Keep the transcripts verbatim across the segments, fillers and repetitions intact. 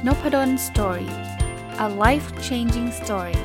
Noppadan Story. A life-changing story.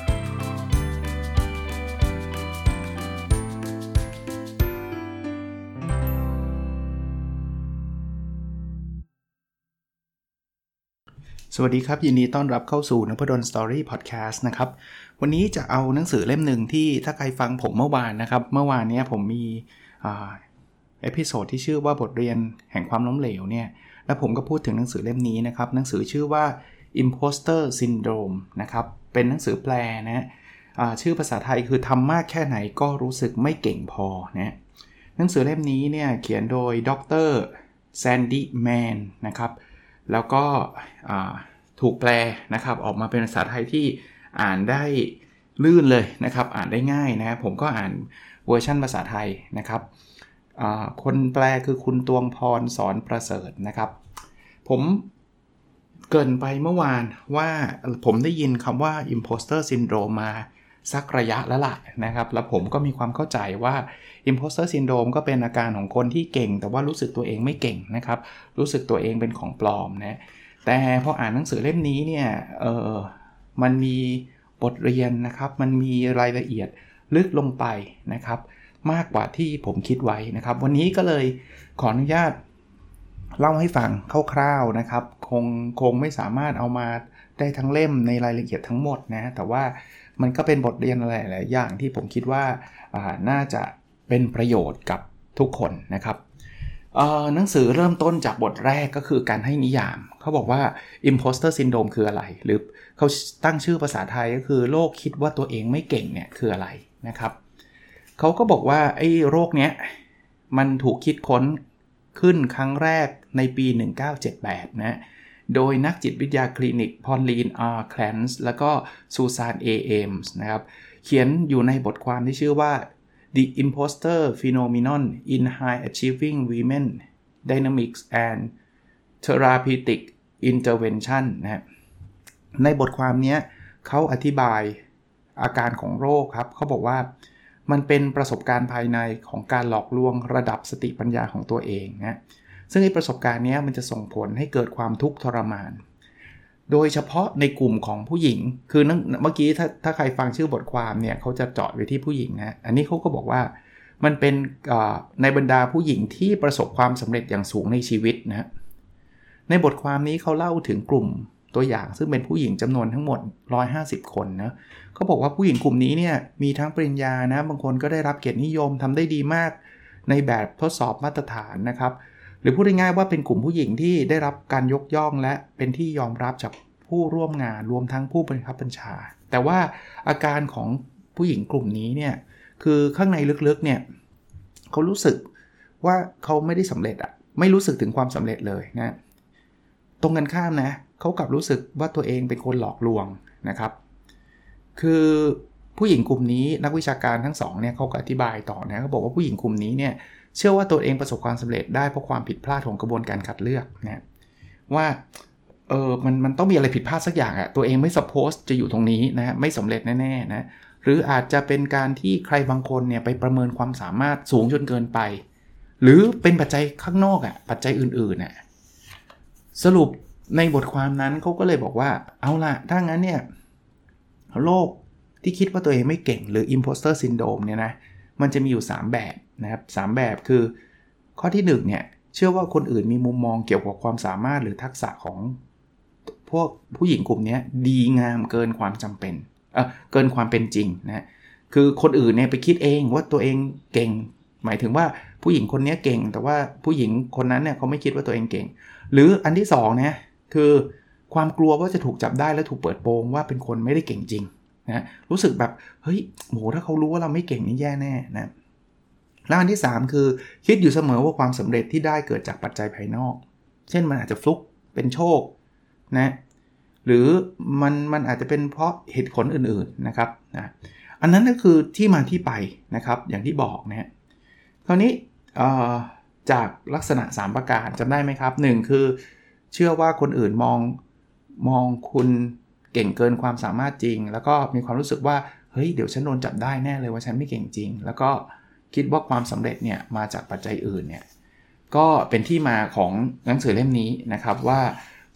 สวัสดีครับยินดีต้อนรับเข้าสู่ Noppadan Story Podcast นะครับวันนี้จะเอาหนังสือเล่มหนึ่งที่ถ้าใครฟังผมเมื่อวานนะครับเมื่อวานนี้ผมมีอ่าเอพิโซดที่ชื่อว่าบทเรียนแห่งความล้มเหลวเนี่ยแล้วผมก็พูดถึงหนังสือเล่มนี้นะครับหนังสือชื่อว่า Imposter Syndrome นะครับเป็นหนังสือแปลนะอ่าชื่อภาษาไทยคือทำมากแค่ไหนก็รู้สึกไม่เก่งพอนะหนังสือเล่มนี้เนี่ยเขียนโดยดรแซนดี้แมนนะครับแล้วก็ถูกแปลนะครับออกมาเป็นภาษาไทยที่อ่านได้ลื่นเลยนะครับอ่านได้ง่ายนะผมก็อ่านเวอร์ชันภาษาไทยนะครับคนแปลคือคุณตวงพรสอนประเสริฐนะครับผมเกริ่นไปเมื่อวานว่าผมได้ยินคำว่า Imposter Syndrome มาสักระยะแล้วล่ะนะครับแล้วผมก็มีความเข้าใจว่า Imposter Syndrome ก็เป็นอาการของคนที่เก่งแต่ว่ารู้สึกตัวเองไม่เก่งนะครับรู้สึกตัวเองเป็นของปลอมนะแต่พออ่านหนังสือเล่มนี้เนี่ยเออมันมีบทเรียนนะครับมันมีรายละเอียดลึกลงไปนะครับมากกว่าที่ผมคิดไว้นะครับวันนี้ก็เลยขออนุญาตเล่าให้ฟังคร่าวๆนะครับคงคงไม่สามารถเอามาได้ทั้งเล่มในรายละเอียดทั้งหมดนะแต่ว่ามันก็เป็นบทเรียนอะไรหลายอย่างที่ผมคิดว่าน่าจะเป็นประโยชน์กับทุกคนนะครับหนังสือเริ่มต้นจากบทแรกก็คือการให้นิยามเขาบอกว่า Imposter Syndrome คืออะไรหรือเขาตั้งชื่อภาษาไทยก็คือโรคคิดว่าตัวเองไม่เก่งเนี่ยคืออะไรนะครับเขาก็บอกว่าไอ้โรคเนี้ยมันถูกคิดค้นขึ้นครั้งแรกในปีหนึ่งพันเก้าร้อยเจ็ดสิบแปดนะโดยนักจิตวิทยาคลินิกพอลลีน อาร์ แคลนส์แล้วก็ซูซาน เอ เอมส์นะครับเขียนอยู่ในบทความที่ชื่อว่า The Imposter Phenomenon in High Achieving Women Dynamics and Therapeutic Intervention นะในบทความนี้เขาอธิบายอาการของโรคครับเขาบอกว่ามันเป็นประสบการณ์ภายในของการหลอกลวงระดับสติปัญญาของตัวเองนะซึ่งไอ้ประสบการณ์นี้มันจะส่งผลให้เกิดความทุกข์ทรมานโดยเฉพาะในกลุ่มของผู้หญิงคือเมื่อกี้ถ้าถ้าใครฟังชื่อบทความเนี่ยเขาจะเจาะไปที่ผู้หญิงนะอันนี้เขาก็บอกว่ามันเป็นในบรรดาผู้หญิงที่ประสบความสำเร็จอย่างสูงในชีวิตนะในบทความนี้เขาเล่าถึงกลุ่มตัวอย่างซึ่งเป็นผู้หญิงจำนวนทั้งหมดหนึ่งร้อยห้าสิบคนนะเขาบอกว่าผู้หญิงกลุ่มนี้เนี่ยมีทั้งปริญญานะบางคนก็ได้รับเกียรตินิยมทำได้ดีมากในแบบทดสอบมาตรฐานนะครับหรือพูดง่ายๆว่าเป็นกลุ่มผู้หญิงที่ได้รับการยกย่องและเป็นที่ยอมรับจากผู้ร่วมงานรวมทั้งผู้บังคับบัญชาแต่ว่าอาการของผู้หญิงกลุ่มนี้เนี่ยคือข้างในลึกๆเนี่ยเขารู้สึกว่าเขาไม่ได้สำเร็จอะไม่รู้สึกถึงความสำเร็จเลยนะตรงกันข้ามนะเขากลับรู้สึกว่าตัวเองเป็นคนหลอกลวงนะครับคือผู้หญิงกลุ่มนี้นักวิชาการทั้งสองเนี่ยเขาก็อธิบายต่อนะเขาบอกว่าผู้หญิงกลุ่มนี้เนี่ยเชื่อว่าตัวเองประสบความสำเร็จได้เพราะความผิดพลาดของกระบวนการคัดเลือกนะว่าเออมันมันต้องมีอะไรผิดพลาดสักอย่างอะตัวเองไม่ suppose จะอยู่ตรงนี้นะไม่สำเร็จแน่ๆนะหรืออาจจะเป็นการที่ใครบางคนเนี่ยไปประเมินความสามารถสูงจนเกินไปหรือเป็นปัจจัยข้างนอกอะปัจจัยอื่นๆน่ะสรุปในบทความนั้นเขาก็เลยบอกว่าเอาล่ะถ้างั้นเนี่ยโรคที่คิดว่าตัวเองไม่เก่งหรือ Imposter Syndrome เนี่ยนะมันจะมีอยู่สามแบบนะครับสามแบบคือข้อที่หนึ่งเนี่ยเชื่อว่าคนอื่นมีมุมมองเกี่ยวกับความสามารถหรือทักษะของพวกผู้หญิงกลุ่มนี้ดีงามเกินความจำเป็นเอ่อเกินความเป็นจริงนะคือคนอื่นเนี่ยไปคิดเองว่าตัวเองเก่งหมายถึงว่าผู้หญิงคนนี้เก่งแต่ว่าผู้หญิงคนนั้นเนี่ยเขาไม่คิดว่าตัวเองเก่งหรืออันที่สองนะคือความกลัวว่าจะถูกจับได้และถูกเปิดโปงว่าเป็นคนไม่ได้เก่งจริงนะรู้สึกแบบเฮ้ยโหถ้าเขารู้ว่าเราไม่เก่งนี่แย่แน่นะแล้วอันที่สามคือคิดอยู่เสมอว่าความสำเร็จที่ได้เกิดจากปัจจัยภายนอกเช่นมันอาจจะฟลุกเป็นโชคนะหรือมันมันอาจจะเป็นเพราะเหตุผลอื่นๆนะครับนะอันนั้นก็คือที่มาที่ไปนะครับอย่างที่บอกนะฮะคราวนี้จากลักษณะสามประการจำได้ไหมครับหนึ่งคือเชื่อว่าคนอื่นมองมองคุณเก่งเกินความสามารถจริงแล้วก็มีความรู้สึกว่าเฮ้ยเดี๋ยวฉันโดนจับได้แน่เลยว่าฉันไม่เก่งจริงแล้วก็คิดว่าความสำเร็จเนี่ยมาจากปัจจัยอื่นเนี่ยก็เป็นที่มาของหนังสือเล่มนี้นะครับว่า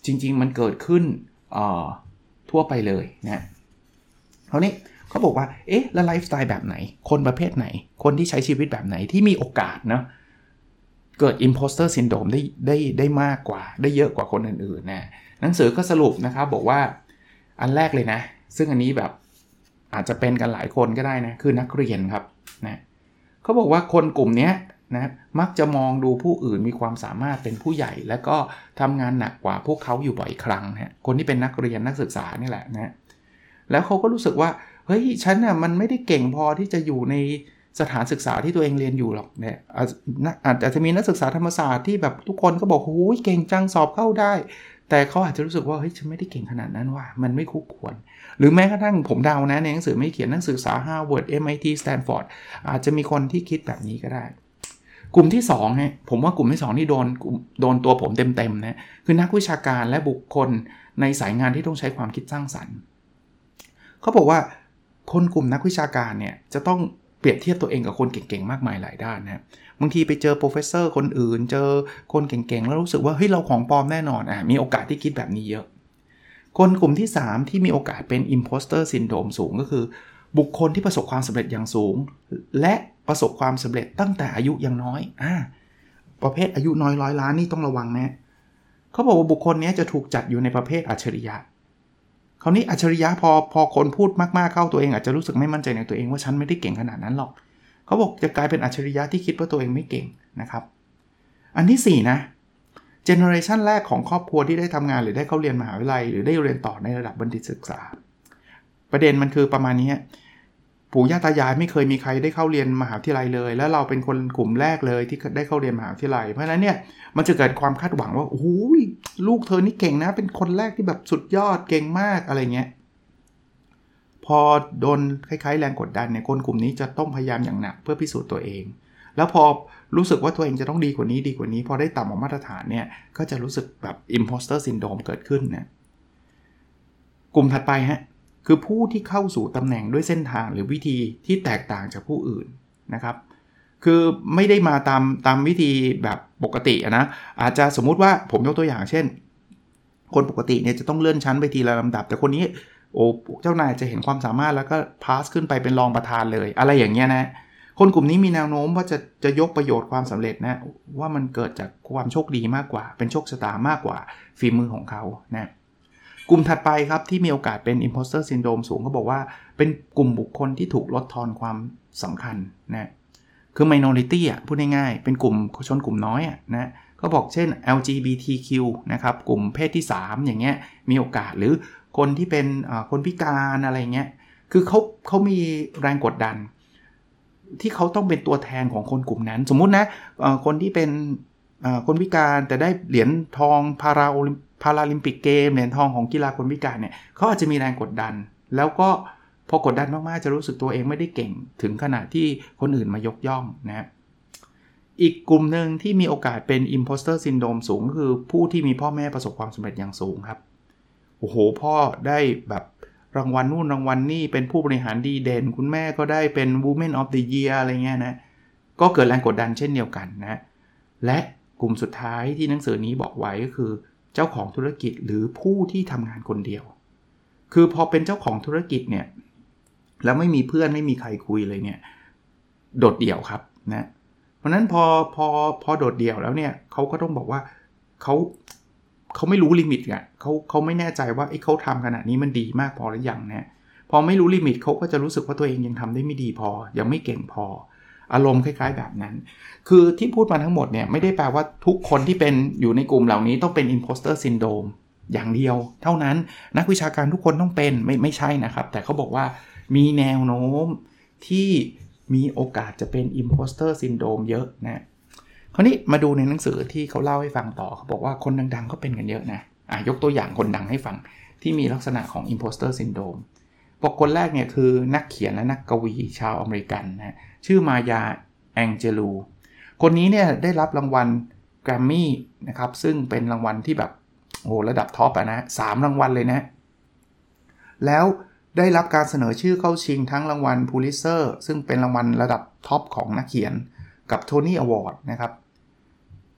จริงๆมันเกิดขึ้นทั่วไปเลยนะคราวนี้เขาบอกว่าเอ๊ะแล้วไลฟ์สไตล์แบบไหนคนประเภทไหนคนที่ใช้ชีวิตแบบไหนที่มีโอกาสเนาะเกิด imposter syndrome ได้ได้ได้มากกว่าได้เยอะกว่าคนอื่นๆนะหนังสือก็สรุปนะครับบอกว่าอันแรกเลยนะซึ่งอันนี้แบบอาจจะเป็นกันหลายคนก็ได้นะคือนักเรียนครับนะเขาบอกว่าคนกลุ่มนี้นะมักจะมองดูผู้อื่นมีความสามารถเป็นผู้ใหญ่แล้วก็ทำงานหนักกว่าพวกเขาอยู่บ่อยครั้งนะคนที่เป็นนักเรียนนักศึกษานี่แหละนะแล้วเขาก็รู้สึกว่าเฮ้ยฉันน่ะมันไม่ได้เก่งพอที่จะอยู่ในสถานศึกษาที่ตัวเองเรียนอยู่หรอกเนี่ยอาจจะมีนักศึกษาธรรมศาสตร์ที่แบบทุกคนก็บอกโอ้ยเก่งจังสอบเข้าได้แต่เขาอาจจะรู้สึกว่าเฮ้ยฉันไม่ได้เก่งขนาดนั้นว่ะมันไม่คู่ควรหรือแม้กระทั่งผมเดานะในหนังสือไม่เขียนนักศึกษา Harvard เอ็ม ไอ ที Stanford อาจจะมีคนที่คิดแบบนี้ก็ได้กลุ่มที่สองฮะผมว่ากลุ่มที่สองนี่โดนโดนตัวผมเต็มๆนะคือนักวิชาการและบุคคลในสายงานที่ต้องใช้ความคิดสร้างสรรค์เขาบอกว่าคนกลุ่มนักวิชาการเนี่ยจะต้องเปรียบเทียบตัวเองกับคนเก่งๆมากมายหลายด้านนะบางทีไปเจอโปรเฟสเซอร์คนอื่นเจอคนเก่งๆแล้วรู้สึกว่าเฮ้ยเราของปลอมแน่นอนอ่ะมีโอกาสที่คิดแบบนี้เยอะคนกลุ่มที่สามที่มีโอกาสเป็น imposter syndrome สูงก็คือบุคคลที่ประสบความสำเร็จอย่างสูงและประสบความสำเร็จตั้งแต่อายุยังน้อยอ่าประเภทอายุน้อยร้อยล้านนี่ต้องระวังนะเขาบอกว่าบุคคลนี้จะถูกจัดอยู่ในประเภทอัจฉริยะคราวนี้อัจฉริยะพอพอคนพูดมากๆเข้าตัวเองอาจจะรู้สึกไม่มั่นใจในตัวเองว่าฉันไม่ได้เก่งขนาดนั้นหรอกเขาบอกจะกลายเป็นอัจฉริยะที่คิดว่าตัวเองไม่เก่งนะครับอันที่สี่นะเจเนอเรชันแรกของครอบครัวที่ได้ทำงานหรือได้เข้าเรียนมหาวิทยาลัยหรือได้เรียนต่อในระดับบัณฑิตศึกษาประเด็นมันคือประมาณนี้ปู่ย่าตายายไม่เคยมีใครได้เข้าเรียนมหาวิทยาลัยเลยแล้วเราเป็นคนกลุ่มแรกเลยที่ได้เข้าเรียนมหาวิทยาลัยเพราะฉะนั้นเนี่ยมันจะเกิดความคาดหวังว่าโอ้โหลูกเธอนี่เก่งนะเป็นคนแรกที่แบบสุดยอดเก่งมากอะไรเงี้ยพอโดนคล้ายๆแรงกดดันเนี่ยคนกลุ่มนี้จะต้องพยายามอย่างหนักเพื่อพิสูจน์ตัวเองแล้วพอรู้สึกว่าตัวเองจะต้องดีกว่านี้ดีกว่านี้พอได้ต่ำกว่ามาตรฐานเนี่ยก็จะรู้สึกแบบ imposter syndrome เกิดขึ้นนะกลุ่มถัดไปฮะคือผู้ที่เข้าสู่ตำแหน่งด้วยเส้นทางหรือวิธีที่แตกต่างจากผู้อื่นนะครับคือไม่ได้มาตามตามวิธีแบบปกตินะอาจจะสมมุติว่าผมยกตัวอย่างเช่นคนปกติเนี่ยจะต้องเลื่อนชั้นไปทีละลำดับแต่คนนี้โอ้เจ้านายจะเห็นความสามารถแล้วก็พาสขึ้นไปเป็นรองประธานเลยอะไรอย่างเงี้ยนะคนกลุ่มนี้มีแนวโน้มว่าจะจะยกประโยชน์ความสำเร็จนะว่ามันเกิดจากความโชคดีมากกว่าเป็นโชคชะตามากกว่าฝีมือของเขานะกลุ่มถัดไปครับที่มีโอกาสเป็น imposter syndrome สูงเขาบอกว่าเป็นกลุ่มบุคคลที่ถูกลดทอนความสำคัญนะคือ minority อ่ะพูดง่ายๆเป็นกลุ่มชนกลุ่มน้อยอ่ะนะก็บอกเช่น แอล จี บี ที คิว นะครับกลุ่มเพศที่สามอย่างเงี้ยมีโอกาสหรือคนที่เป็นคนพิการอะไรเงี้ยคือเขาเขามีแรงกดดันที่เขาต้องเป็นตัวแทนของคนกลุ่มนั้นสมมุตินะคนที่เป็นคนพิการแต่ได้เหรียญทองพาราพาราลิมปิกเกมเหรียญทองของกีฬาคนพิการเนี่ยเขาอาจจะมีแรงกดดันแล้วก็พอกดดันมากๆจะรู้สึกตัวเองไม่ได้เก่งถึงขนาดที่คนอื่นมายกย่องนะอีกกลุ่มหนึ่งที่มีโอกาสเป็น imposter syndrome สูงก็คือผู้ที่มีพ่อแม่ประสบความสำเร็จอย่างสูงครับโอ้โหพ่อได้แบบรางวัลนู่นรางวัลนี่เป็นผู้บริหารดีเด่นคุณแม่ก็ได้เป็น Women of the Year อะไรเงี้ยนะก็เกิดแรงกดดันเช่นเดียวกันนะและกลุ่มสุดท้ายที่หนังสือนี้บอกไว้ก็คือเจ้าของธุรกิจหรือผู้ที่ทำงานคนเดียวคือพอเป็นเจ้าของธุรกิจเนี่ยแล้วไม่มีเพื่อนไม่มีใครคุยเลยเนี่ยโดดเดี่ยวครับนะเพราะนั้นพอพอพอโดดเดี่ยวแล้วเนี่ยเขาก็ต้องบอกว่าเขาเขาไม่รู้ลิมิตอ่ะเขาเขาไม่แน่ใจว่าไอ้เขาทำขนาดนี้มันดีมากพอหรือยังนะพอไม่รู้ลิมิตเขาก็จะรู้สึกว่าตัวเองยังทำได้ไม่ดีพอยังไม่เก่งพออารมณ์คล้ายๆแบบนั้นคือที่พูดมาทั้งหมดเนี่ยไม่ได้แปลว่าทุกคนที่เป็นอยู่ในกลุ่มเหล่านี้ต้องเป็น imposter syndrome อย่างเดียวเท่านั้นนักวิชาการทุกคนต้องเป็นไม่ไม่ใช่นะครับแต่เขาบอกว่ามีแนวโน้มที่มีโอกาสจะเป็น imposter syndrome เยอะนะคราวนี้มาดูในหนังสือที่เขาเล่าให้ฟังต่อเขาบอกว่าคนดังๆก็เป็นกันเยอะนะอ่ะยกตัวอย่างคนดังให้ฟังที่มีลักษณะของ imposter syndrome บอกคนแรกเนี่ยคือนักเขียนและนักกวีชาวอเมริกันนะชื่อมายาแองเจลูคนนี้เนี่ยได้รับรางวัลแกรมมี่นะครับซึ่งเป็นรางวัลที่แบบโอ้ระดับท็อปอ่ะนะสามรางวัลเลยนะแล้วได้รับการเสนอชื่อเข้าชิงทั้งรางวัลพูลิตเซอร์ซึ่งเป็นรางวัลระดับท็อปของนักเขียนกับโทนี่อวอร์ดนะครับ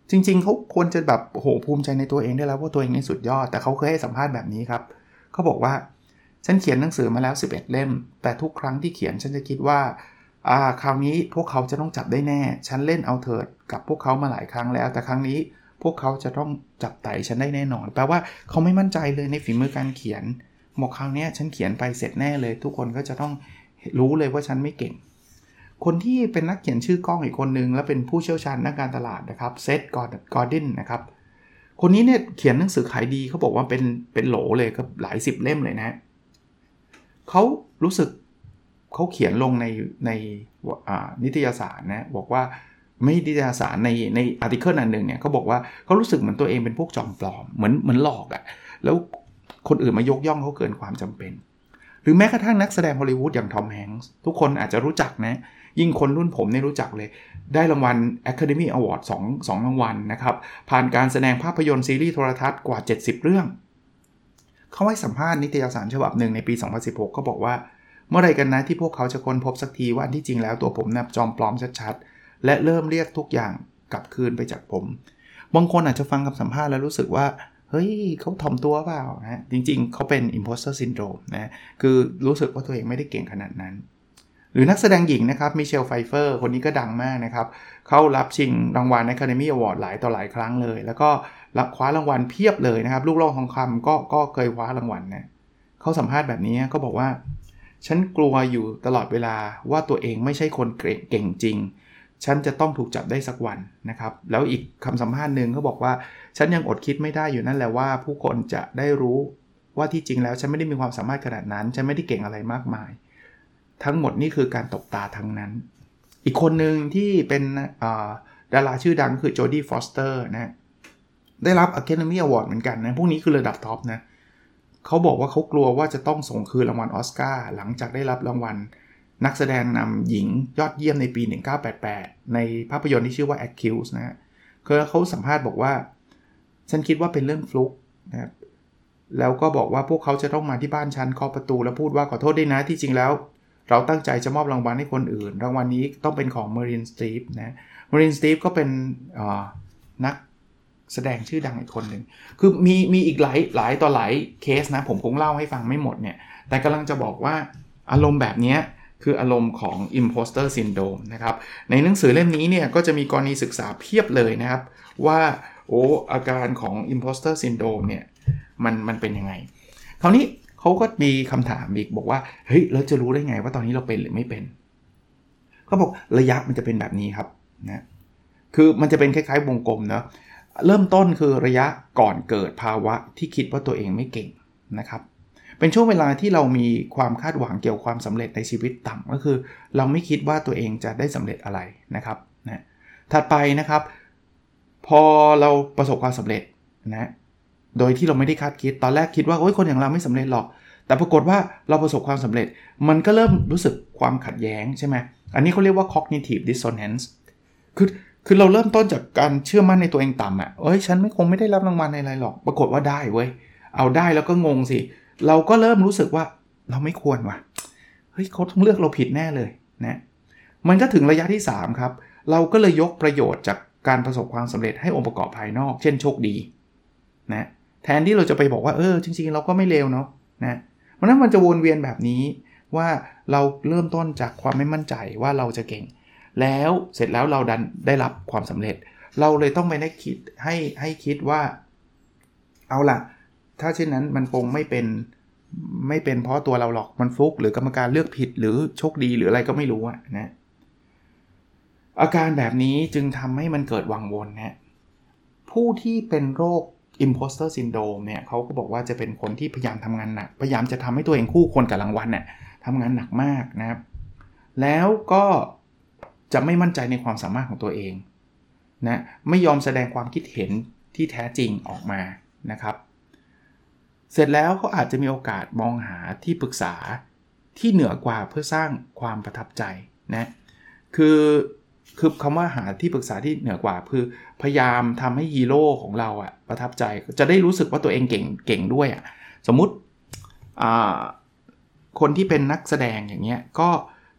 จริงๆเขาควรจะแบบโหภูมิใจในตัวเองได้แล้วว่าตัวเองนี่สุดยอดแต่เขาเคยให้สัมภาษณ์แบบนี้ครับเขาบอกว่าฉันเขียนหนังสือมาแล้วสิบเอ็ดเล่มแต่ทุกครั้งที่เขียนฉันจะคิดว่าอ่าคราวนี้พวกเขาจะต้องจับได้แน่ฉันเล่นเอาเถิดกับพวกเขามาหลายครั้งแล้วแต่ครั้งนี้พวกเขาจะต้องจับไต่ฉันได้แน่นอนแปลว่าเขาไม่มั่นใจเลยในฝีมือการเขียนบอกคราวนี้ฉันเขียนไปเสร็จแน่เลยทุกคนก็จะต้องรู้เลยว่าฉันไม่เก่งคนที่เป็นนักเขียนชื่อกล้องอีกคนนึงและเป็นผู้เชี่ยวชาญด้านการตลาดนะครับเซธกอร์ดินนะครับคนนี้เนี่ยเขียนหนังสือขายดีเขาบอกว่าเป็นเป็นโหลเลยก็หลายสิบเล่มเลยนะเขารู้สึกเขาเขียนลงในในนิตยสารนะบอกว่าไม่นิตยสารในในอาร์ติเคิลอันนึงเนี่ยเขาบอกว่าเขารู้สึกเหมือนตัวเองเป็นพวกจอมปลอมเหมือนเหมือนหลอกอะ่ะแล้วคนอื่นมายกย่องเขาเกินความจำเป็นหรือแม้กระทั่งนักแสดงฮอลลีวูดอย่างทอมแฮงค์ทุกคนอาจจะรู้จักนะยิ่งคนรุ่นผมเนี่ยรู้จักเลยได้รางวัล Academy Award สอง สองรางวัลนะครับผ่านการแสดงภาพยนตร์ซีรีส์โทรทัศน์กว่าเจ็ดสิบเรื่องเขาให้สัมภาษณ์นิตยสารฉบับหนึ่งในปีสองพันสิบหกก็บอกว่าเมื่อไรกันนะที่พวกเขาจะค้นพบสักทีว่าอันที่จริงแล้วตัวผมนับจอมปลอมชัดๆและเริ่มเรียกทุกอย่างกลับคืนไปจากผมบางคนอาจจะฟังคำสัมภาษณ์แล้วรู้สึกว่าเฮ้ยเขาถ่อมตัวเปล่านะจริงๆเขาเป็น imposter syndrome นะคือรู้สึกว่าตัวเองไม่ได้เก่งขนาดนั้นหรือนักแสดงหญิงนะครับมิเชลไฟเฟอร์คนนี้ก็ดังมากนะครับเขารับชิงรางวัล Academy Award หลายต่อหลายครั้งเลยแล้วก็รับคว้ารางวัลเพียบเลยนะครับลูกโลกทองคำก็ก็เคยคว้ารางวัลนะเขาสัมภาษณ์แบบนี้ก็บอกว่าฉันกลัวอยู่ตลอดเวลาว่าตัวเองไม่ใช่คนเก่งจริงฉันจะต้องถูกจับได้สักวันนะครับแล้วอีกคำสัมภาษณ์นึงเขาบอกว่าฉันยังอดคิดไม่ได้อยู่นั่นแหละว่าผู้คนจะได้รู้ว่าที่จริงแล้วฉันไม่ได้มีความสามารถขนาดนั้นฉันไม่ได้เก่งอะไรมากมายทั้งหมดนี่คือการตบตาทั้งนั้นอีกคนนึงที่เป็นดาราชื่อดังคือโจดี้ฟอสเตอร์นะได้รับ Academy Award เหมือนกันนะพวกนี้คือระดับท็อปนะเขาบอกว่าเขากลัวว่าจะต้องส่งคืนรางวัลออสการ์หลังจากได้รับรางวัลนักแสดงนำหญิงยอดเยี่ยมในปีหนึ่งพันเก้าร้อยแปดสิบแปดในภาพยนตร์ที่ชื่อว่า Accused นะฮะคือเขาสัมภาษณ์บอกว่าฉันคิดว่าเป็นเรื่องฟลุกนะครับแล้วก็บอกว่าพวกเขาจะต้องมาที่บ้านฉันเคาะประตูแล้วพูดว่าขอโทษด้วยนะที่จริงแล้วเราตั้งใจจะมอบรางวัลให้คนอื่นรางวัลนี้ต้องเป็นของ Meryl Streep นะ Meryl Streep ก็เป็นนักแสดงชื่อดังอีกคนหนึ่งคือมีมีอีกหลายหลายต่อหลายเคสนะผมคงเล่าให้ฟังไม่หมดเนี่ยแต่กำลังจะบอกว่าอารมณ์แบบนี้คืออารมณ์ของ imposter syndrome นะครับในหนังสือเล่มนี้เนี่ยก็จะมีกรณีศึกษาเพียบเลยนะครับว่าโอ้อาการของ imposter syndrome เนี่ยมันมันเป็นยังไงคราวนี้เขาก็มีคำถามอีกบอกว่าเฮ้ยเราจะรู้ได้ไงว่าตอนนี้เราเป็นหรือไม่เป็นเขาบอกระยะมันจะเป็นแบบนี้ครับนะคือมันจะเป็นคล้ายๆวงกลมเนาะเริ่มต้นคือระยะก่อนเกิดภาวะที่คิดว่าตัวเองไม่เก่งนะครับเป็นช่วงเวลาที่เรามีความคาดหวังเกี่ยวกับความสำเร็จในชีวิตต่ำก็คือเราไม่คิดว่าตัวเองจะได้สำเร็จอะไรนะครับนะถัดไปนะครับพอเราประสบความสำเร็จนะโดยที่เราไม่ได้คาดคิดตอนแรกคิดว่าโอ๊ยคนอย่างเราไม่สำเร็จหรอกแต่ปรากฏว่าเราประสบความสำเร็จมันก็เริ่มรู้สึกความขัดแย้งใช่ไหมอันนี้เขาเรียกว่า cognitive dissonance คือคือเราเริ่มต้นจากการเชื่อมั่นในตัวเองต่ำอ่ะเอ้ยฉันไม่คงไม่ได้รับรางวัลอะไรหรอกปรากฏว่าได้เว้ยเอาได้แล้วก็งงสิเราก็เริ่มรู้สึกว่าเราไม่ควรว่ะเฮ้ยเขาต้องเลือกเราผิดแน่เลยนะมันก็ถึงระยะที่สามครับเราก็เลยยกประโยชน์จากการประสบความสำเร็จให้องค์ประกอบภายนอกเช่นโชคดีนะแทนที่เราจะไปบอกว่าเออจริงๆเราก็ไม่เลวเนาะนะเพราะนั้นมันจะวนเวียนแบบนี้ว่าเราเริ่มต้นจากความไม่มั่นใจว่าเราจะเก่งแล้วเสร็จแล้วเราดันได้รับความสำเร็จเราเลยต้องไปได้คิดให้ให้คิดว่าเอาล่ะถ้าเช่นนั้นมันคงไม่เป็นไม่เป็นเพราะตัวเราหรอกมันฟลุกหรือกรรมการเลือกผิดหรือโชคดีหรืออะไรก็ไม่รู้อะนะอาการแบบนี้จึงทำให้มันเกิดวังวนนะผู้ที่เป็นโรค imposter syndrome เนี่ยเขาก็บอกว่าจะเป็นคนที่พยายามทำงานหนักพยายามจะทำให้ตัวเองคู่ควรกับรางวัลเนี่ยทำงานหนักมากนะครับแล้วก็จะไม่มั่นใจในความสามารถของตัวเองนะไม่ยอมแสดงความคิดเห็นที่แท้จริงออกมานะครับเสร็จแล้วเขาอาจจะมีโอกาสมองหาที่ปรึกษาที่เหนือกว่าเพื่อสร้างความประทับใจนะคือคือคำว่าหาที่ปรึกษาที่เหนือกว่าคือพยายามทำให้ฮีโร่ของเราอะประทับใจจะได้รู้สึกว่าตัวเองเก่งเก่งด้วยอะสมมุติอ่าคนที่เป็นนักแสดงอย่างเงี้ยก็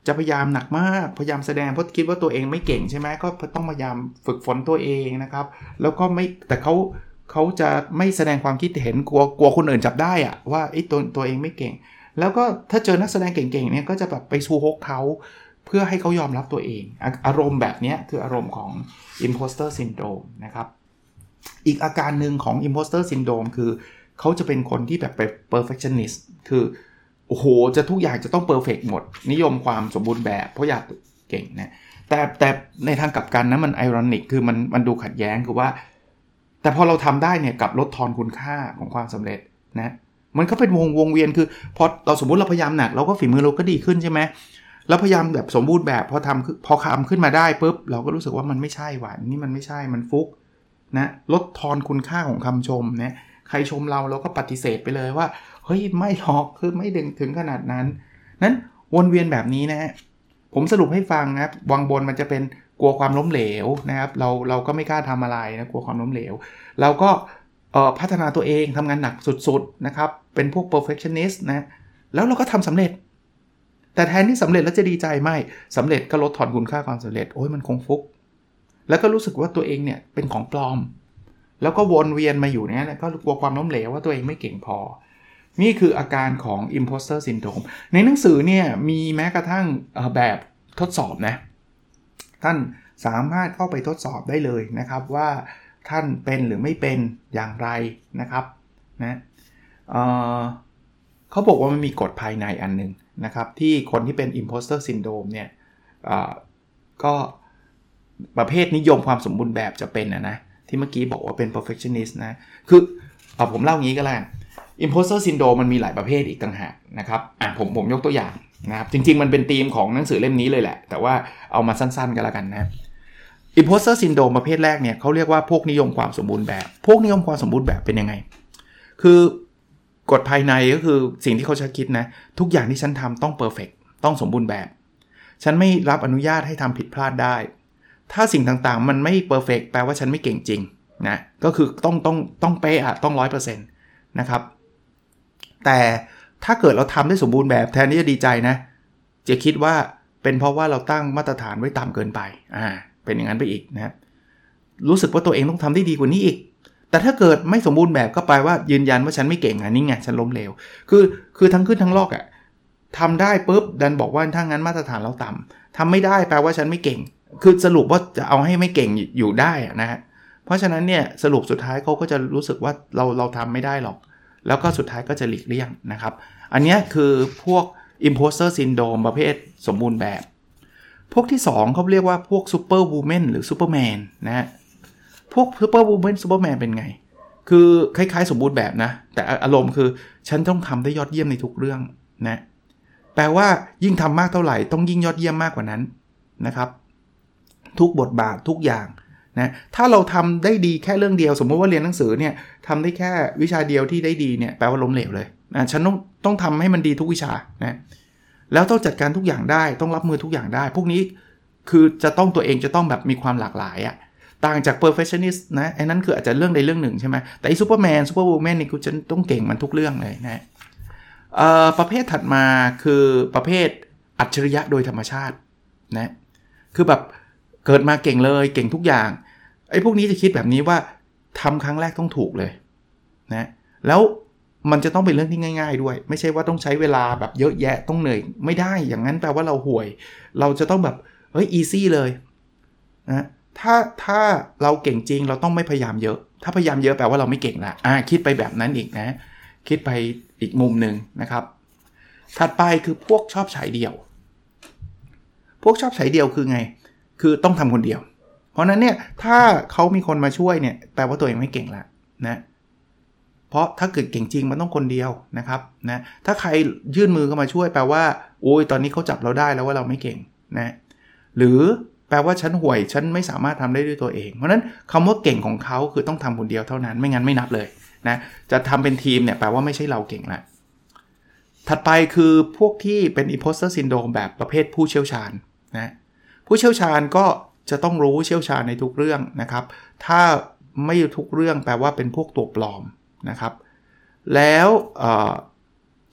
จะพยายามหนักมากพยายามแสดงเพราะคิดว่าตัวเองไม่เก่งใช่ไหมก็ต้องพยายามฝึกฝนตัวเองนะครับแล้วก็ไม่แต่เขาเขาจะไม่แสดงความคิดเห็นกลัวกลัวคนอื่นจับได้อะว่าไอ้ตัวตัวเองไม่เก่งแล้วก็ถ้าเจอนักแสดงเก่งๆเนี่ยก็จะแบบไปชูฮกเขาเพื่อให้เขายอมรับตัวเองอารมณ์แบบนี้คืออารมณ์ของ imposter syndrome นะครับอีกอาการหนึ่งของ imposter syndrome คือเขาจะเป็นคนที่แบบเป็น perfectionist คือโอ้โหจะทุกอย่างจะต้อง perfect หมดนิยมความสมบูรณ์แบบเพราะอยากเก่งนะแต่แต่ในทางกลับกันนะมัน ironic คือมันมันดูขัดแย้งคือว่าแต่พอเราทำได้เนี่ยกับลดทอนคุณค่าของความสำเร็จนะมันก็เป็นวงวงเวียนคือพอเราสมมุติเราพยายามหนักเราก็ฝีมือเราก็ดีขึ้นใช่ไหมแล้วพยายามแบบสมบูรณ์แบบพอทำพอทำขึ้นมาได้ปุ๊บเราก็รู้สึกว่ามันไม่ใช่หวานนี่มันไม่ใช่มันฟุกนะลดทอนคุณค่าของคำชมนะใครชมเราเราก็ปฏิเสธไปเลยว่าเฮ้ยไม่หรอกคือไม่ดึงถึงขนาดนั้นนั้นวนเวียนแบบนี้นะผมสรุปให้ฟังนะวางบนมันจะเป็นกลัวความล้มเหลวนะครับเราเราก็ไม่กล้าทำอะไรนะกลัวความล้มเหลวเราก็เอ่อพัฒนาตัวเองทำงานหนักสุดๆนะครับเป็นพวก perfectionist นะแล้วเราก็ทำสำเร็จแต่แทนที่สำเร็จแล้วจะดีใจไม่สำเร็จก็ลดทอนคุณค่าความสำเร็จโอ้ยมันคงฟุกแล้วก็รู้สึกว่าตัวเองเนี่ยเป็นของปลอมแล้วก็วนเวียนมาอยู่เนี่ยก็กลัวความล้มเหลวว่าตัวเองไม่เก่งพอนี่คืออาการของ imposter syndrome ในหนังสือเนี่ยมีแม้กระทั่งแบบทดสอบนะท่านสามารถเข้าไปทดสอบได้เลยนะครับว่าท่านเป็นหรือไม่เป็นอย่างไรนะครับนะเอ่อเขาบอกว่ามันมีกฎภายในอันนึงนะครับที่คนที่เป็น imposter syndrome เนี่ยก็ประเภทนิยมความสมบูรณ์แบบจะเป็นนะนะที่เมื่อกี้บอกว่าเป็น perfectionist นะคือเอาผมเล่างี้ก็แล้ว imposter syndrome มันมีหลายประเภทอีกต่างหากนะครับอ่ะผมผมยกตัวอย่างนะครับจริงๆมันเป็นธีมของหนังสือเล่มนี้เลยแหละแต่ว่าเอามาสั้นๆกันแล้วกันนะ imposter syndrome ประเภทแรกเนี่ยเขาเรียกว่าพวกนิยมความสมบูรณ์แบบพวกนิยมความสมบูรณ์แบบเป็นยังไงคือกฎภายในก็คือสิ่งที่เขาจะคิดนะทุกอย่างที่ฉันทำต้อง perfect ต้องสมบูรณ์แบบฉันไม่รับอนุญาตให้ทำผิดพลาดได้ถ้าสิ่งต่างๆมันไม่ perfect แปลว่าฉันไม่เก่งจริงนะก็คือต้องต้องต้องเป๊ะอะต้อง หนึ่งร้อยเปอร์เซ็นต์ นะครับแต่ถ้าเกิดเราทำได้สมบูรณ์แบบแทนที่จะดีใจนะจะคิดว่าเป็นเพราะว่าเราตั้งมาตรฐานไว้ต่ำเกินไปอ่าเป็นอย่างนั้นไปอีกนะรู้สึกว่าตัวเองต้องทำได้ดีกว่านี้อีกแต่ถ้าเกิดไม่สมบูรณ์แบบก็แปลว่ายืนยันว่าฉันไม่เก่งอ่ะนี่ไงฉันล้มเหลวคือคือทั้งขึ้นทั้งลอกอ่ะทำได้ปุ๊บดันบอกว่าถ้างั้นมาตรฐานเราต่ำทำไม่ได้แปลว่าฉันไม่เก่งคือสรุปว่าจะเอาให้ไม่เก่งอยู่ได้นะฮะเพราะฉะนั้นเนี่ยสรุปสุดท้ายเขาก็จะรู้สึกว่าเราเราทำไม่ได้หรอกแล้วก็สุดท้ายก็จะหลีกเลี่ยงนะครับอันนี้คือพวก imposter syndrome ประเภทสมบูรณ์แบบพวกที่สองเขาเรียกว่าพวก super woman หรือ superman นะฮะพวก super woman superman เป็นไงคือคล้ายๆสมบูรณ์แบบนะแต่อารมณ์คือฉันต้องทำได้ยอดเยี่ยมในทุกเรื่องนะแปลว่ายิ่งทำมากเท่าไหร่ต้องยิ่งยอดเยี่ยมมากกว่านั้นนะครับทุกบทบาททุกอย่างนะถ้าเราทำได้ดีแค่เรื่องเดียวสมมติว่าเรียนหนังสือเนี่ยทำได้แค่วิชาเดียวที่ได้ดีเนี่ยแปลว่าล้มเหลวเลยนะฉันต้องต้องทำให้มันดีทุกวิชานะแล้วต้องจัดการทุกอย่างได้ต้องรับมือทุกอย่างได้พวกนี้คือจะต้องตัวเองจะต้องแบบมีความหลากหลายอะต่างจาก perfectionist นะไอ้นั้นคืออาจจะเรื่องใดเรื่องหนึ่งใช่ไหมแต่ไอ้ superman superwoman นี่กูจะต้องเก่งมันทุกเรื่องเลยนะเอ่อประเภทถัดมาคือประเภทอัจฉริยะโดยธรรมชาตินะคือแบบเกิดมาเก่งเลยเก่งทุกอย่างไอ้พวกนี้จะคิดแบบนี้ว่าทำครั้งแรกต้องถูกเลยนะแล้วมันจะต้องเป็นเรื่องที่ง่ายๆด้วยไม่ใช่ว่าต้องใช้เวลาแบบเยอะแยะต้องเหนื่อยไม่ได้อย่างนั้นแปลว่าเราห่วยเราจะต้องแบบเฮ้ย easy เลยนะถ้าถ้าเราเก่งจริงเราต้องไม่พยายามเยอะถ้าพยายามเยอะแปลว่าเราไม่เก่งละอ่าคิดไปแบบนั้นอีกนะคิดไปอีกมุมนึงนะครับถัดไปคือพวกชอบฉายเดี่ยวพวกชอบฉายเดี่ยวคือไงคือต้องทำคนเดียวเพราะนั้นเนี่ยถ้าเขามีคนมาช่วยเนี่ยแปลว่าตัวเองไม่เก่งละนะเพราะถ้าเกิดเก่งจริงมันต้องคนเดียวนะครับนะถ้าใครยื่นมือเข้ามาช่วยแปลว่าโอ้ยตอนนี้เขาจับเราได้แล้วว่าเราไม่เก่งนะหรือแปลว่าฉันห่วยฉันไม่สามารถทำได้ด้วยตัวเองเพราะนั้นคำว่าเก่งของเขาคือต้องทำคนเดียวเท่านั้นไม่งั้นไม่นับเลยนะจะทำเป็นทีมเนี่ยแปลว่าไม่ใช่เราเก่งละถัดไปคือพวกที่เป็น imposter syndrome แบบประเภทผู้เชี่ยวชาญนะผู้เชี่ยวชาญก็จะต้องรู้เชี่ยวชาญในทุกเรื่องนะครับถ้าไม่ทุกเรื่องแปลว่าเป็นพวกตัวปลอมนะครับแล้ว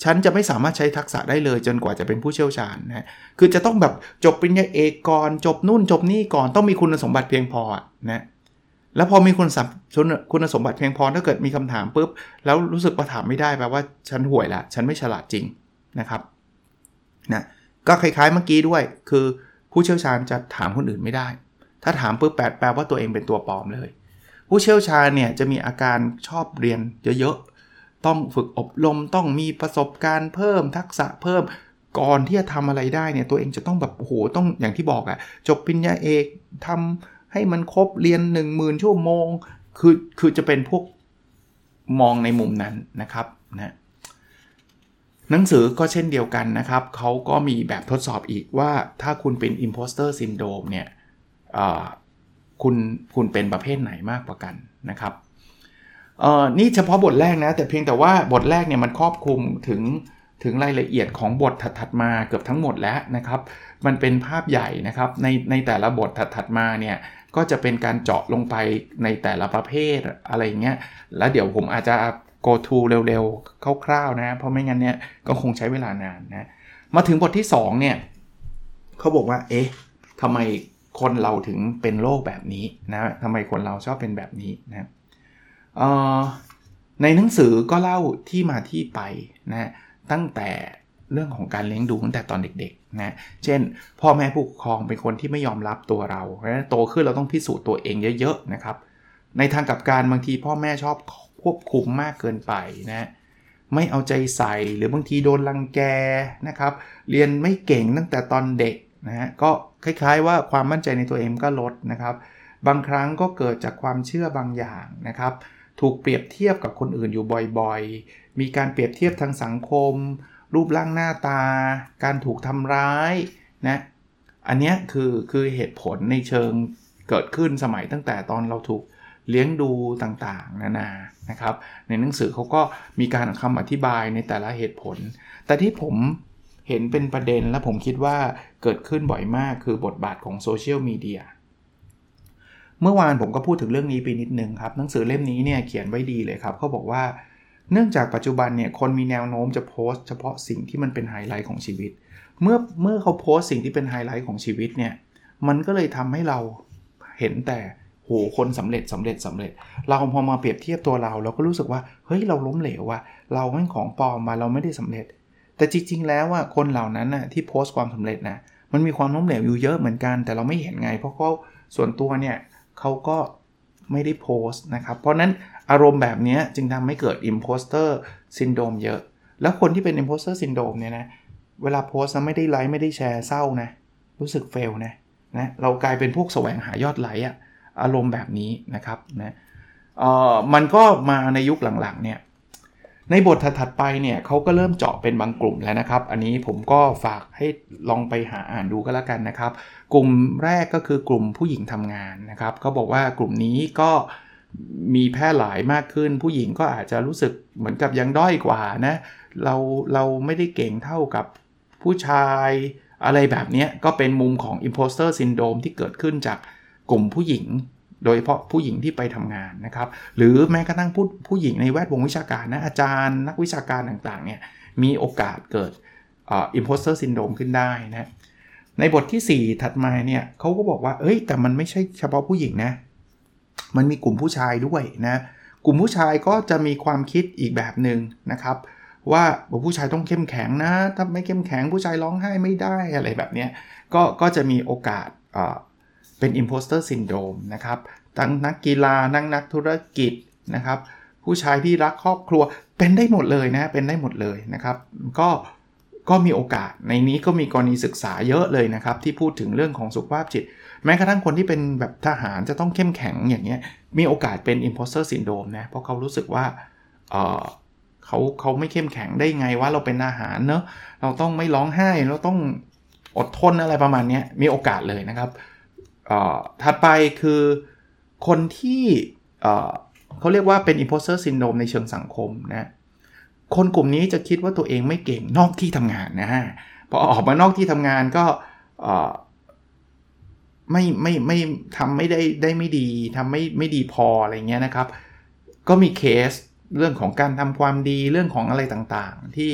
ฉันจะไม่สามารถใช้ทักษะได้เลยจนกว่าจะเป็นผู้เชี่ยวชาญนะคือจะต้องแบบจบปริญญาเอกก่อนจบนู่นจบนี่ก่อนต้องมีคุณสมบัติเพียงพอนะแล้วพอมีคุณสมคุณสมบัติเพียงพอถ้าเกิดมีคำถามปุ๊บแล้วรู้สึกว่าถามไม่ได้แปลว่าฉันห่วยละฉันไม่ฉลาดจริงนะครับนะก็คล้ายๆเมื่อกี้ด้วยคือผู้เชี่ยวชาญจะถามคนอื่นไม่ได้ถ้าถามปุ๊บแปลว่าตัวเองเป็นตัวปลอมเลยผู้เชี่ยวชาญเนี่ยจะมีอาการชอบเรียนเยอะๆต้องฝึกอบรมต้องมีประสบการณ์เพิ่มทักษะเพิ่มก่อนที่จะทำอะไรได้เนี่ยตัวเองจะต้องแบบโอ้โหต้องอย่างที่บอกอะจบปริญญาเอกทำให้มันครบเรียน หนึ่งหมื่น ชั่วโมงคือคือจะเป็นพวกมองในมุมนั้นนะครับนะหนังสือก็เช่นเดียวกันนะครับเขาก็มีแบบทดสอบอีกว่าถ้าคุณเป็น imposter syndrome เนี่ยคุณคุณเป็นประเภทไหนมากกว่ากันนะครับเอ่อนี่เฉพาะบทแรกนะแต่เพียงแต่ว่าบทแรกเนี่ยมันครอบคลุมถึงถึงรายละเอียดของบทถัดๆมาเกือบทั้งหมดแล้วนะครับมันเป็นภาพใหญ่นะครับในในแต่ละบทถัดๆมาเนี่ยก็จะเป็นการเจาะลงไปในแต่ละประเภทอะไรเงี้ยแล้วเดี๋ยวผมอาจจะ go to เร็วๆคร่าวๆนะเพราะไม่งั้นเนี่ยก็คงใช้เวลานานนะมาถึงบทที่สองเนี่ยเขาบอกว่าเอ๊ะทำไมคนเราถึงเป็นโรคแบบนี้นะทำไมคนเราชอบเป็นแบบนี้นะเอ่อในหนังสือก็เล่าที่มาที่ไปนะตั้งแต่เรื่องของการเลี้ยงดูตั้งแต่ตอนเด็กๆนะเช่นพ่อแม่ผู้ปกครองเป็นคนที่ไม่ยอมรับตัวเราเพราะฉะนั้นโตขึ้นเราต้องพิสูจน์ตัวเองเยอะๆนะครับในทางกลับกันบางทีพ่อแม่ชอบควบคุมมากเกินไปนะไม่เอาใจใส่หรือบางทีโดนรังแกนะครับเรียนไม่เก่งตั้งแต่ตอนเด็กนะฮะก็คล้ายๆว่าความมั่นใจในตัวเองก็ลดนะครับบางครั้งก็เกิดจากความเชื่อบางอย่างนะครับถูกเปรียบเทียบกับคนอื่นอยู่บ่อยๆมีการเปรียบเทียบทางสังคมรูปร่างหน้าตาการถูกทำร้ายนะอันนี้คือคือเหตุผลในเชิงเกิดขึ้นสมัยตั้งแต่ตอนเราถูกเลี้ยงดูต่างๆนานานะครับในหนังสือเขาก็มีการคำอธิบายในแต่ละเหตุผลแต่ที่ผมเห็นเป็นประเด็นและผมคิดว่าเกิดขึ้นบ่อยมากคือบทบาทของโซเชียลมีเดียเมื่อวานผมก็พูดถึงเรื่องนี้ไปนิดนึงครับหนังสือเล่มนี้เนี่ยเขียนไว้ดีเลยครับเขาบอกว่าเนื่องจากปัจจุบันเนี่ยคนมีแนวโน้มจะโพสต์เฉพาะสิ่งที่มันเป็นไฮไลท์ของชีวิตเมื่อเมื่อเขาโพสต์สิ่งที่เป็นไฮไลท์ของชีวิตเนี่ยมันก็เลยทำให้เราเห็นแต่โหคนสำเร็จสำเร็จสำเร็จเราพอมาเปรียบเทียบตัวเราเราก็รู้สึกว่าเฮ้ยเราล้มเหลวว่ะเราแม่งของปลอมมาเราไม่ได้สำเร็จแต่จริงๆแล้วว่าคนเหล่านั้นน่ะที่โพสต์ความสำเร็จนะมันมีความล้มเหลวอยู่เยอะเหมือนกันแต่เราไม่เห็นไงเพราะเขาส่วนตัวเนี่ยเขาก็ไม่ได้โพสต์นะครับเพราะนั้นอารมณ์แบบนี้จึงทำให้เกิด imposter syndrome เยอะแล้วคนที่เป็น imposter syndrome เนี่ยนะเวลาโพสต์นะไม่ได้ไลค์ไม่ได้แชร์เศร้านะรู้สึกเฟลนะนะเรากลายเป็นพวกแสวงหายอดไลค์อะอารมณ์แบบนี้นะครับนะเอ่อมันก็มาในยุคหลังๆเนี่ยในบทถัดๆไปเนี่ยเขาก็เริ่มเจาะเป็นบางกลุ่มแล้วนะครับอันนี้ผมก็ฝากให้ลองไปหาอ่านดูก็แล้วกันนะครับกลุ่มแรกก็คือกลุ่มผู้หญิงทำงานนะครับเขาบอกว่ากลุ่มนี้ก็มีแพร่หลายมากขึ้นผู้หญิงก็อาจจะรู้สึกเหมือนกับยังด้อยกว่านะเราเราไม่ได้เก่งเท่ากับผู้ชายอะไรแบบนี้ก็เป็นมุมของ imposter syndrome ที่เกิดขึ้นจากกลุ่มผู้หญิงโดยเฉพาะผู้หญิงที่ไปทำงานนะครับหรือแม้กระทั่งผู้ผู้หญิงในแวดวงวิชาการนะอาจารย์นักวิชาการต่างๆเนี่ยมีโอกาสเกิดเอ่อ imposter syndrome ขึ้นได้นะในบทที่สี่ถัดมาเนี่ยเขาก็บอกว่าเอ้ยแต่มันไม่ใช่เฉพาะผู้หญิงนะมันมีกลุ่มผู้ชายด้วยนะกลุ่มผู้ชายก็จะมีความคิดอีกแบบนึงนะครับว่าผู้ชายต้องเข้มแข็งนะถ้าไม่เข้มแข็งผู้ชายร้องไห้ไม่ได้อะไรแบบเนี้ยก็ก็จะมีโอกาสเอ่อเป็น imposter syndrome นะครับทั้งนักกีฬานักนักธุรกิจนะครับผู้ชายที่รักครอบครัวเป็นได้หมดเลยนะเป็นได้หมดเลยนะครับก็ก็มีโอกาสในนี้ก็มีกรณีศึกษาเยอะเลยนะครับที่พูดถึงเรื่องของสุขภาพจิตแม้กระทั่งคนที่เป็นแบบทหารจะต้องเข้มแข็งอย่างเงี้ยมีโอกาสเป็น imposter syndrome นะเพราะเขารู้สึกว่าเอ่อเขาเขาไม่เข้มแข็งได้ไงว่าเราเป็นทหารเนอะเราต้องไม่ร้องไห้เราต้องอดทนอะไรประมาณนี้มีโอกาสเลยนะครับเอ่อถัดไปคือคนที่เอ่อเขาเรียกว่าเป็น imposter syndrome ในเชิงสังคมนะคนกลุ่มนี้จะคิดว่าตัวเองไม่เก่งนอกที่ทำงานนะฮะพอออกมานอกที่ทำงานก็เอ่อไม่ไม่ไม่ทำไม่ได้ได้ไม่ดีทำไม่ไม่ดีพออะไรเงี้ยนะครับก็มีเคสเรื่องของการทำความดีเรื่องของอะไรต่างๆที่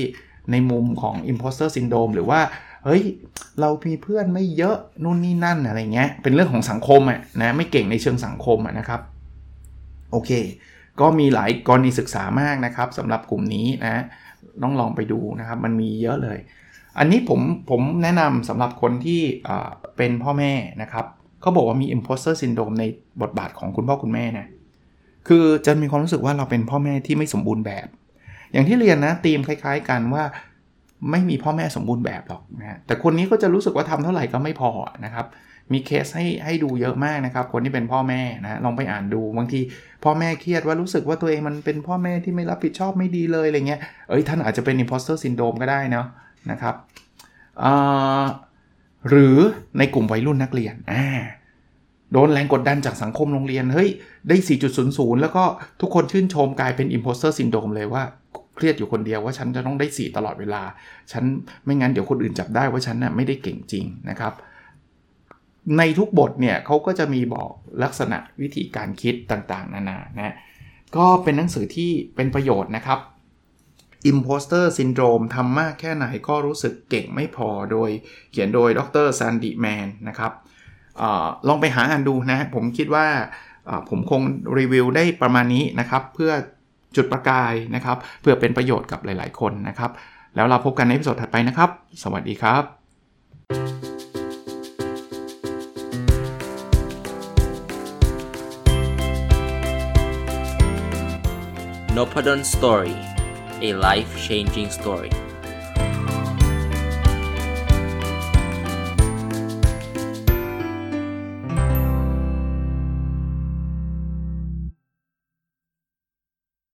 ในมุมของ imposter syndrome หรือว่าเฮ้ยเรามีเพื่อนไม่เยอะนู่นนี่นั่นอะไรเงี้ยเป็นเรื่องของสังคมอ่ะนะไม่เก่งในเชิงสังคมอ่ะนะครับโอเคก็มีหลายกรณีศึกษามากนะครับสำหรับกลุ่มนี้นะต้องลองไปดูนะครับมันมีเยอะเลยอันนี้ผมผมแนะนำสำหรับคนที่เป็นพ่อแม่นะครับเขาบอกว่ามี imposter syndrome ในบทบาทของคุณพ่อคุณแม่นะคือจะมีความรู้สึกว่าเราเป็นพ่อแม่ที่ไม่สมบูรณ์แบบอย่างที่เรียนนะธีมคล้ายๆกันว่าไม่มีพ่อแม่สมบูรณ์แบบหรอกนะแต่คนนี้ก็จะรู้สึกว่าทำเท่าไหร่ก็ไม่พอนะครับมีเคสให้ให้ดูเยอะมากนะครับคนที่เป็นพ่อแม่นะลองไปอ่านดูบางทีพ่อแม่เครียดว่ารู้สึกว่าตัวเองมันเป็นพ่อแม่ที่ไม่รับผิดชอบไม่ดีเลยอะไรเงี้ยเอ้ยท่านอาจจะเป็น imposter syndrome ก็ได้เนาะนะครับหรือในกลุ่มวัยรุ่นนักเรียนอ่าโดนแรงกดดันจากสังคมโรงเรียนเฮ้ยได้ สี่จุดศูนย์ศูนย์ แล้วก็ทุกคนชื่นชมกลายเป็น imposter syndrome เลยว่าเครียดอยู่คนเดียวว่าฉันจะต้องได้สี่ตลอดเวลาฉันไม่งั้นเดี๋ยวคนอื่นจับได้ว่าฉันน่ะไม่ได้เก่งจริงนะครับในทุกบทเนี่ยเขาก็จะมีบอกลักษณะวิธีการคิดต่างๆนานานะก็เป็นหนังสือที่เป็นประโยชน์นะครับ Imposter Syndrome ทำมากแค่ไหนก็รู้สึกเก่งไม่พอโดยเขียนโดยดรแซนดี้แมนนะครับอลองไปหาอ่านดูนะผมคิดว่าผมคงรีวิวได้ประมาณนี้นะครับเพื่อจุดประกายนะครับเพื่อเป็นประโยชน์กับหลายๆคนนะครับแล้วเราพบกันในอีพิโซดถัดไปนะครับสวัสดีครับ Nopadon Story, a life-changing story.